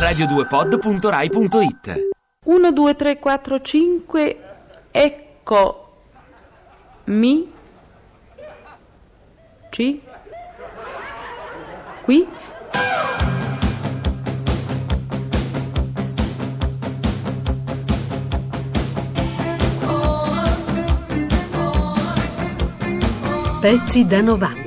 radio2pod.rai.it. 1, 2, 3, 4, 5. Ecco mi ci qui. Pezzi da 90.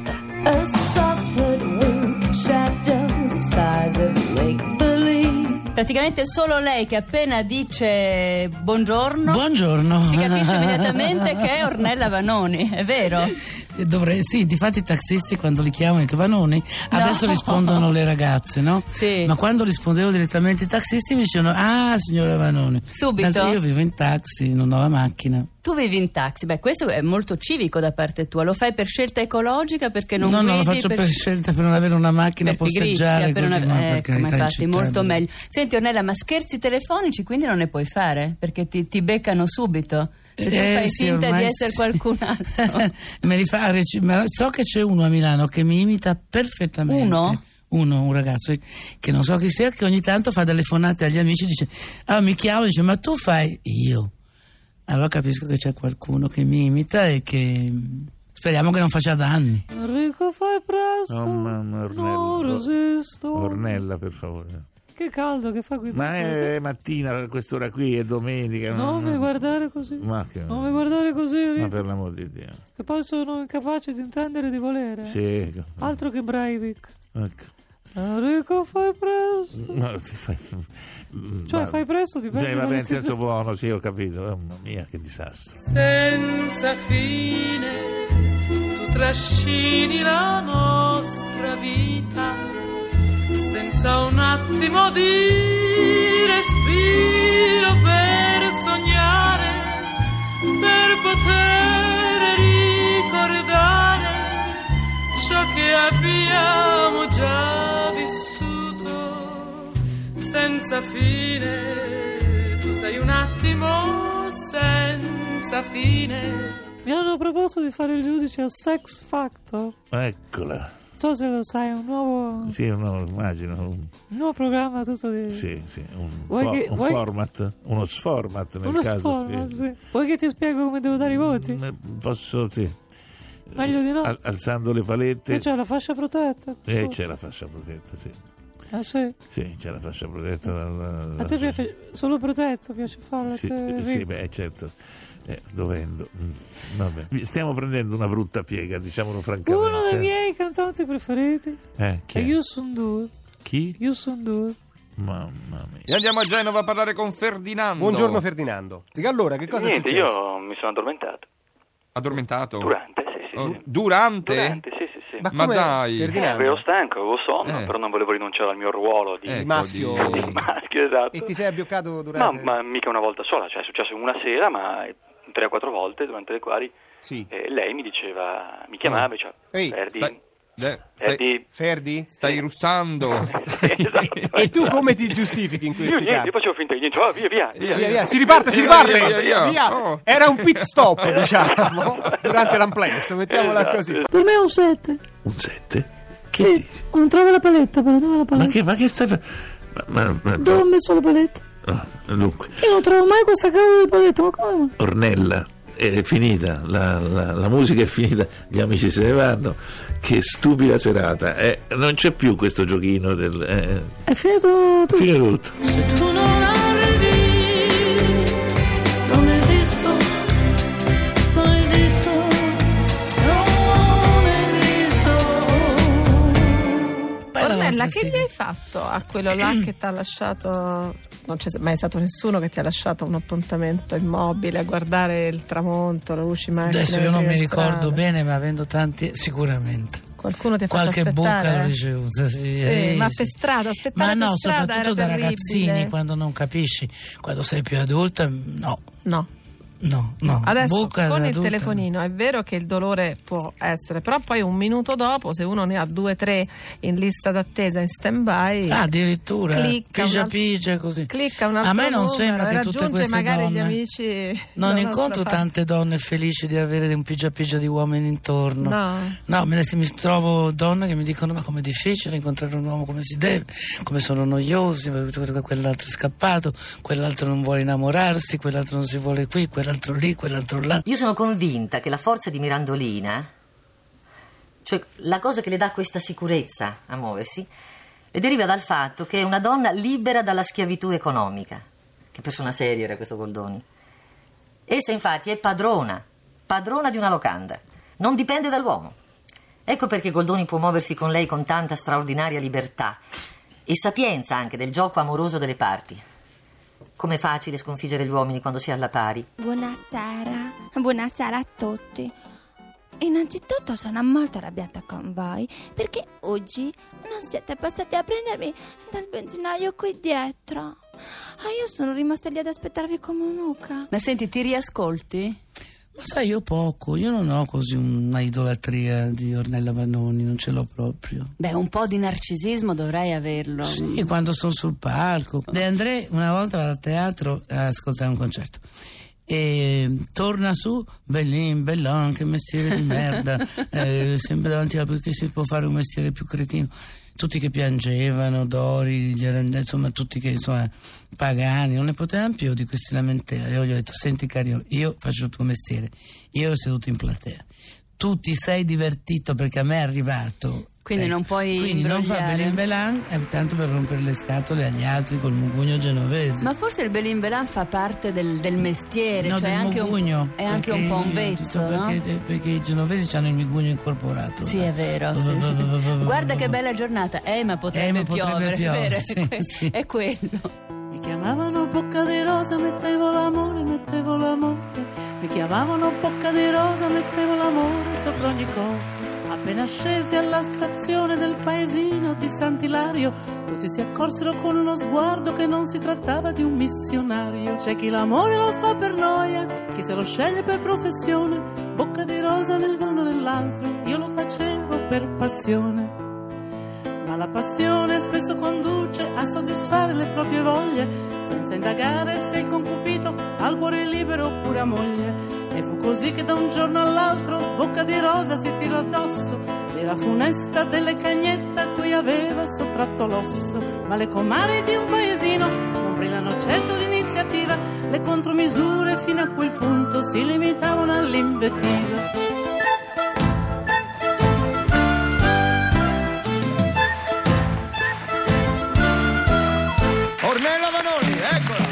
Praticamente solo lei che appena dice buongiorno si capisce immediatamente che è Ornella Vanoni, è vero? Sì, difatti i taxisti quando li chiamano che Vanoni adesso rispondono le ragazze, no? Sì. Ma quando rispondevo direttamente ai taxisti mi dicevano signora Vanoni. Subito? Tanto io vivo in taxi, non ho la macchina. Tu vivi in taxi, questo è molto civico da parte tua, lo fai per scelta ecologica perché non guidi? No, lo faccio per scelta, per non avere una macchina, posteggiare così, ecco, infatti molto meglio. Senti Ornella, ma scherzi telefonici quindi non ne puoi fare perché ti beccano subito se tu fai finta di essere qualcun altro. Me li fa ma so che c'è uno a Milano che mi imita perfettamente. Un ragazzo che non so chi sia, che ogni tanto fa telefonate agli amici, dice mi chiamo, dice ma tu fai? Io allora capisco che c'è qualcuno che mi imita e che speriamo che non faccia danni. Enrico, fai presto. Oh mamma, Ornella. Non resisto. Ornella, per favore. Che caldo che fa qui. Ma è mattina a quest'ora qui, è domenica. Non mi guardare così. Ma che... Non mi guardare così, Enrico. Ma per l'amor di Dio. Che poi sono incapace di intendere e di volere. Sì. Altro che Breivik. Ecco. Enrico, fai presto. No, si fa... Cioè, fai presto, ti perdi. Vabbè, in senso buono, sì, ho capito. Mamma mia, che disastro. Senza fine tu trascini la nostra vita, senza un attimo di respiro per sognare, per poter ricordare ciò che abbiamo già vissuto. Senza fine tu sei un attimo senza fine. Mi hanno proposto di fare il giudice a Sex Factor. Eccola. Non so se lo sai, un nuovo... Sì, immagino. Un nuovo programma tutto di... Sì, un format, uno sformat nel uno caso. Sformat, sì. Vuoi che ti spiego come devo dare i voti? Posso, sì. Meglio di no. Alzando le palette. E c'è la fascia protetta. C'è la fascia protetta, sì. Ah sì? Sì, c'è la fascia protetta a te piace solo protetto, piace farlo? Sì, certo. Dovendo. Vabbè. Stiamo prendendo una brutta piega, diciamolo francamente. Uno dei miei cantanti preferiti chi è Youssou N'Dour. Chi? Youssou N'Dour. Mamma mia. E andiamo a Genova a parlare con Ferdinando. Buongiorno Ferdinando. Allora, che cosa è successo? Niente, io mi sono addormentato. Addormentato? Durante, sì. Durante? Durante, sì. Ma dai, Ferdinando? Ero stanco, avevo sonno, però non volevo rinunciare al mio ruolo di maschio. Di maschio, esatto. E ti sei abbioccato durante? Ma mica una volta sola, cioè è successo una sera, ma 3 o 4 volte, durante le quali lei mi diceva, mi chiamava, cioè, Ferdi? Stai russando. Esatto. E tu come ti giustifichi in questi casi? Io facevo finta di niente, via. Si riparte. Via. Oh. Era un pit stop, diciamo, durante l'amplesso, mettiamola così. Per me è un 7. Un 7? Che sì, dici? non trovo la paletta, però dove è la paletta? Ma che stai... Dove ho messo la paletta? Dunque. Io non trovo mai questa cavolo di paletta, ma come? Ornella, è finita, la musica è finita, gli amici se ne vanno, che stupida serata, non c'è più questo giochino del... È finito tutto. Finito tutto. Se tu non arrivi, non esisto. Ornella, che gli hai fatto a quello là che ti ha lasciato? Non c'è mai stato nessuno che ti ha lasciato un appuntamento immobile a guardare il tramonto, le luci macchine. Adesso io non mi ricordo bene, ma avendo tanti, sicuramente. Qualcuno ti ha fatto qualche aspettare? buca l'ho ricevuta, sì, ma per strada, aspettare ma no, per strada soprattutto era da terribile. ragazzini, quando non capisci, quando sei più adulta, no. No. Adesso Buca con il adulta. telefonino è vero che il dolore può essere, però poi un minuto dopo, se uno ne ha 2-3 in lista d'attesa in stand-by, addirittura clicca pigia così. Clicca un altro a me non numero, sembra che tutte raggiunge queste magari donne, gli amici. non incontro tante donne felici di avere un pigia di uomini intorno. No, mi trovo donne che mi dicono: ma com'è difficile incontrare un uomo come si deve, come sono noiosi, quell'altro è scappato, quell'altro non vuole innamorarsi, quell'altro non si vuole qui, quell'altro lì, quell'altro là. Io sono convinta che la forza di Mirandolina, cioè la cosa che le dà questa sicurezza a muoversi, le deriva dal fatto che è una donna libera dalla schiavitù economica. Che persona seria era questo Goldoni. Essa infatti è padrona di una locanda, non dipende dall'uomo. Ecco perché Goldoni può muoversi con lei con tanta straordinaria libertà e sapienza anche del gioco amoroso delle parti. Com'è facile sconfiggere gli uomini quando si è alla pari. Buonasera a tutti. Innanzitutto sono molto arrabbiata con voi perché oggi non siete passati a prendermi dal benzinaio qui dietro. Io sono rimasta lì ad aspettarvi come un'uca. Ma senti, ti riascolti? Ma sai, io non ho così una idolatria di Ornella Vanoni, non ce l'ho proprio. Beh, un po' di narcisismo dovrei averlo. Sì, quando sono sul palco. De André una volta va al teatro a ascoltare un concerto e torna su, bellin, che mestiere di merda, sempre davanti a perché si può fare un mestiere più cretino. Tutti che piangevano, Dori, insomma tutti che pagani, non ne potevano più di questi lamenteli. Io gli ho detto: senti carino, io faccio il tuo mestiere, io ero seduto in platea, tu ti sei divertito perché a me è arrivato. Quindi non puoi Quindi non fa belin tanto per rompere le scatole agli altri col mugugno genovese. Ma forse il belin fa parte del mestiere, no, cioè del anche mugugno, è anche un po' un vezzo, no? Perché i genovesi hanno il mugugno incorporato. Sì, è vero. Sì. Guarda che bella giornata. Ma potrebbe piovere. È vero, sì. È quello. Mi chiamavano Bocca di Rosa, mettevo l'amore. Mi chiamavano Bocca di Rosa, mettevo l'amore sopra ogni cosa. Appena scesi alla stazione del paesino di Sant'Ilario, tutti si accorsero con uno sguardo che non si trattava di un missionario. C'è chi l'amore lo fa per noia, chi se lo sceglie per professione. Bocca di Rosa nell'uno nell'altro, io lo facevo per passione. Ma la passione spesso conduce a soddisfare le proprie voglie, senza indagare se il concupito ha il cuore libero oppure a moglie. E fu così che da un giorno all'altro Bocca di Rosa si tirò addosso della funesta delle cagnette a cui aveva sottratto l'osso. Ma le comari di un paesino non brillano certo di iniziativa, le contromisure fino a quel punto si limitavano all'invettiva. Ornella Vanoni, eccola!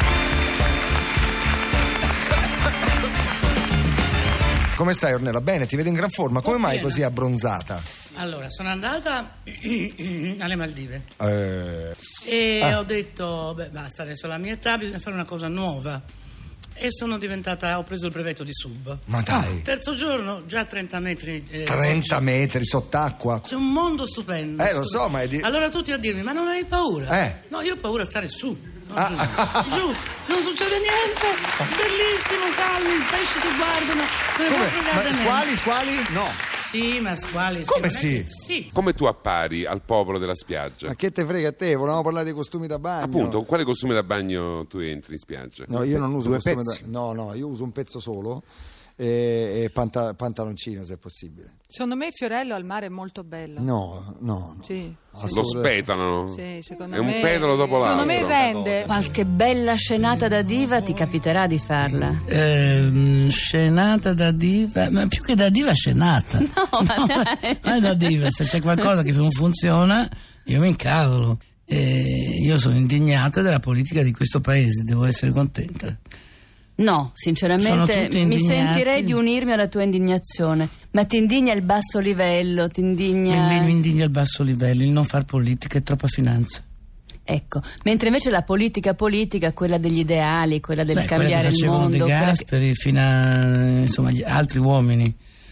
Come stai Ornella? Bene, ti vedo in gran forma. Come mai così abbronzata? Allora, sono andata alle Maldive e ho detto, basta, adesso alla mia età bisogna fare una cosa nuova. E ho preso il brevetto di sub. Ma dai! Terzo giorno, già 30 metri. 30 metri sott'acqua. C'è un mondo stupendo. Lo so, ma è Allora tutti a dirmi: ma non hai paura? No, io ho paura di stare su. Giù, non succede niente, bellissimo, calmi, i pesci ti guardano. Squali? No. Sì, ma squali. Come sì? Sì. Come tu appari al popolo della spiaggia? Ma che te frega a te? Volevamo parlare dei costumi da bagno. Appunto, quale costume da bagno tu entri in spiaggia? No, io non uso costume da bagno. No, io uso un pezzo solo e pantaloncino se è possibile. Secondo me Fiorello al mare è molto bello. No. Sì. Lo spetano? Sì, secondo è me. un petalo dopo l'altro. Secondo me rende. Qualche bella scenata da diva ti capiterà di farla. Scenata da diva, ma più che da diva scenata. No, ma dai. Ma è da diva, se c'è qualcosa che non funziona io mi incavolo. Io sono indignata della politica di questo paese, devo essere contenta. No, sinceramente mi sentirei di unirmi alla tua indignazione, ma ti indigna il basso livello, ti indigna... Mi indigna il basso livello, il non far politica, è troppa finanza. Ecco, mentre invece la politica, quella degli ideali, quella del cambiare il mondo... De Gasperi fino a, insomma, gli altri uomini,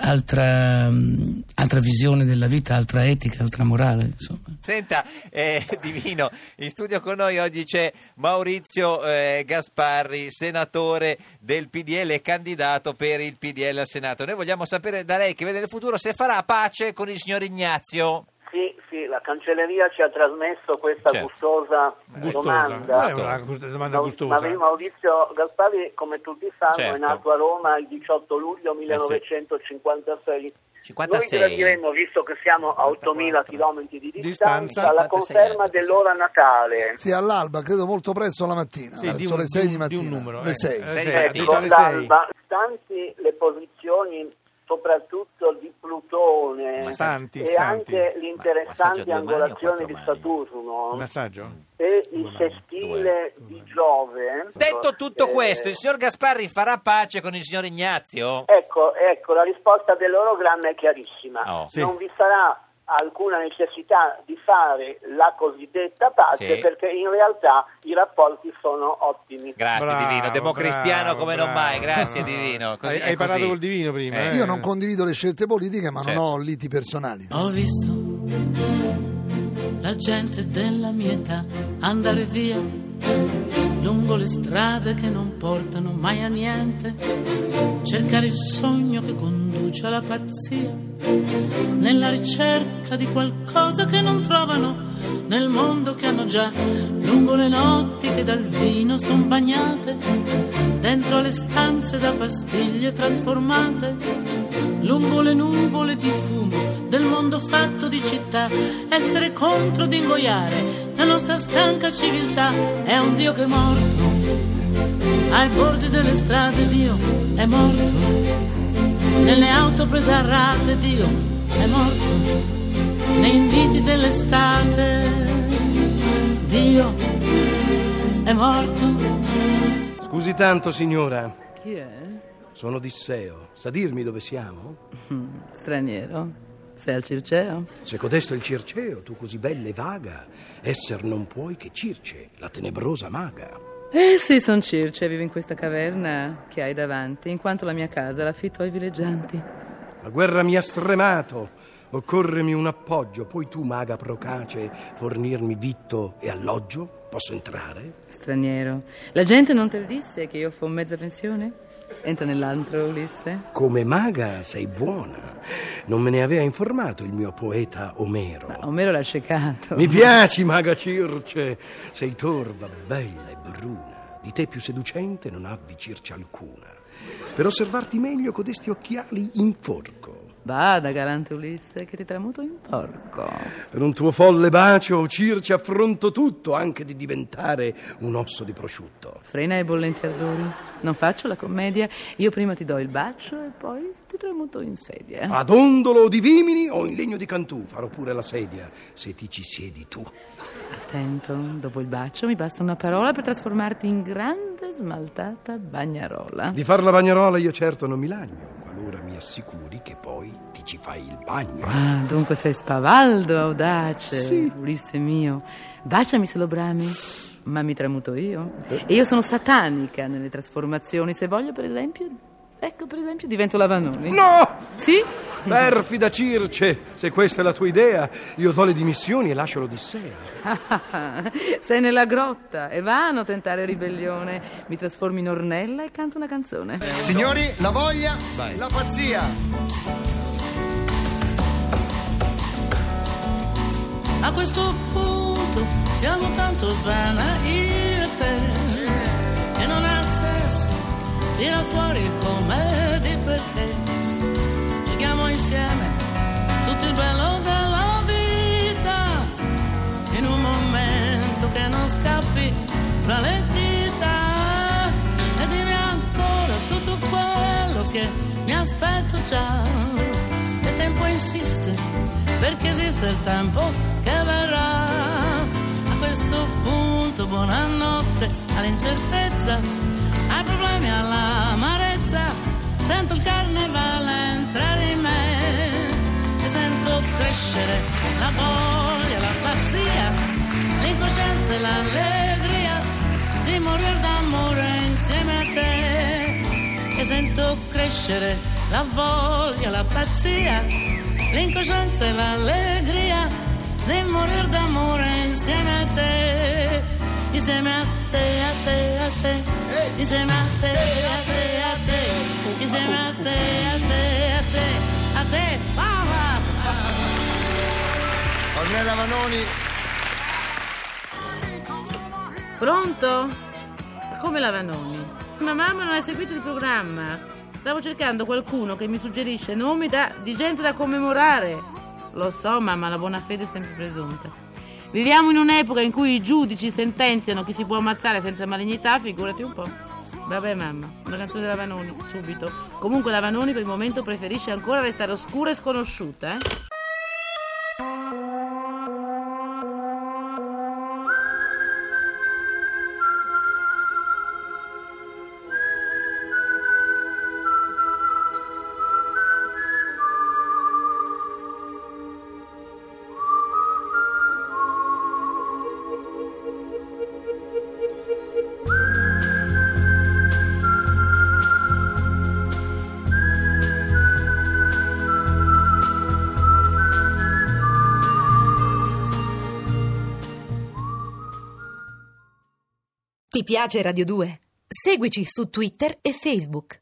altra visione della vita, altra etica, altra morale, insomma. Senta, Divino, in studio con noi oggi c'è Maurizio Gasparri, senatore del PDL e candidato per il PDL al Senato. Noi vogliamo sapere da lei, che vede nel futuro, se farà pace con il signor Ignazio. Sì, la cancelleria ci ha trasmesso questa gustosa domanda. È una domanda gustosa. Maurizio Gasparri, come tutti sanno, certo, è nato a Roma il 18 luglio 1956. 56. Noi gradiremmo, visto che siamo a 8.000 km di distanza, la conferma dell'ora natale. Sì, all'alba, credo molto presto la mattina, verso le 6 di mattina. Di un numero, le 6. Ecco, all'alba, stanti le posizioni soprattutto di Plutone e anche l'interessante angolazione di Saturno e il sestile di Giove. Detto tutto questo, il signor Gasparri farà pace con il signor Ignazio? Ecco, la risposta dell'orogramma è chiarissima. Non vi sarà alcuna necessità di fare la cosiddetta pace, perché in realtà i rapporti sono ottimi. Grazie Divino, democristiano come non mai, grazie Divino. Hai parlato col Divino prima. Io non condivido le scelte politiche, ma non ho liti personali. Ho visto la gente della mia età andare via lungo le strade che non portano mai a niente, cercare il sogno che conduce alla pazzia, nella ricerca di qualcosa che non trovano nel mondo che hanno già, lungo le notti che dal vino son bagnate, dentro le stanze da pastiglie trasformate, lungo le nuvole di fumo del mondo fatto di città, essere contro di ingoiare la nostra stanca civiltà. È un Dio che è morto ai bordi delle strade, Dio è morto nelle auto prese a rate, Dio è morto nei inviti dell'estate, Dio è morto. Scusi tanto, signora. Chi è? Sono Odisseo. Sa dirmi dove siamo? Straniero. Sei al Circeo? Se codesto è il Circeo, tu così bella e vaga, esser non puoi che Circe, la tenebrosa maga. Sì, son Circe, vivo in questa caverna che hai davanti, in quanto la mia casa l'affitto ai villeggianti. La guerra mi ha stremato, occorremi un appoggio, poi tu, maga procace, fornirmi vitto e alloggio? Posso entrare? Straniero, la gente non te lo disse che io fo mezza pensione? Entra nell'antro, Ulisse. Come maga sei buona. Non me ne aveva informato il mio poeta Omero. Ma Omero l'ha scecato. Mi piaci, maga Circe. Sei torva, bella e bruna. Di te più seducente non avvi Circe alcuna. Per osservarti meglio codesti occhiali in forco. Bada, galante Ulisse, che ti tramuto in porco. Per un tuo folle bacio, o Circe, affronto tutto, anche di diventare un osso di prosciutto. Frena i bollenti ardori. Non faccio la commedia. Io prima ti do il bacio e poi ti tramuto in sedia. Ad ondolo di vimini o in legno di cantù farò pure la sedia, se ti ci siedi tu. Attento, dopo il bacio mi basta una parola per trasformarti in grande smaltata bagnarola. Di far la bagnarola io certo non mi lagno, qualora mi assicuri che poi ti ci fai il bagno. Ah, dunque sei spavaldo, audace, sì. Ulisse mio. Baciami se lo brami, ma mi tramuto io. E io sono satanica nelle trasformazioni, se voglio per esempio... Ecco, per esempio, divento Lavanoni. No! Sì? Perfida Circe, se questa è la tua idea, io do le dimissioni e lascio l'Odissea. Sei nella grotta, è vano tentare ribellione. Mi trasformo in Ornella e canto una canzone. Signori, la voglia, la pazzia. A questo punto stiamo tanto bene io e te, che non ha senso tira fuori come di perché giochiamo insieme tutto il bello della vita in un momento che non scappi fra le dita, e dimmi ancora tutto quello che mi aspetto già. Il tempo insiste perché esiste il tempo che verrà. A questo punto buonanotte all'incertezza, ai problemi, all'amarezza, sento il carnevale entrare in me e sento crescere la voglia, la pazzia, l'incoscienza e l'allegria di morire d'amore insieme a te, e sento crescere la voglia, la pazzia, l'incoscienza e l'allegria di morir d'amore insieme a te, insieme a te, a te, a te, insieme a te, a te, a te, insieme a te, a te, a te, a te, fava. Ornella Vanoni. Pronto? Come la Vanoni? Ma mamma non ha seguito il programma. Stavo cercando qualcuno che mi suggerisce nomi di gente da commemorare. Lo so, mamma, la buona fede è sempre presunta. Viviamo in un'epoca in cui i giudici sentenziano chi si può ammazzare senza malignità, figurati un po'. Vabbè, mamma, una canzone della Vanoni, subito. Comunque la Vanoni per il momento preferisce ancora restare oscura e sconosciuta, Ti piace Radio 2? Seguici su Twitter e Facebook.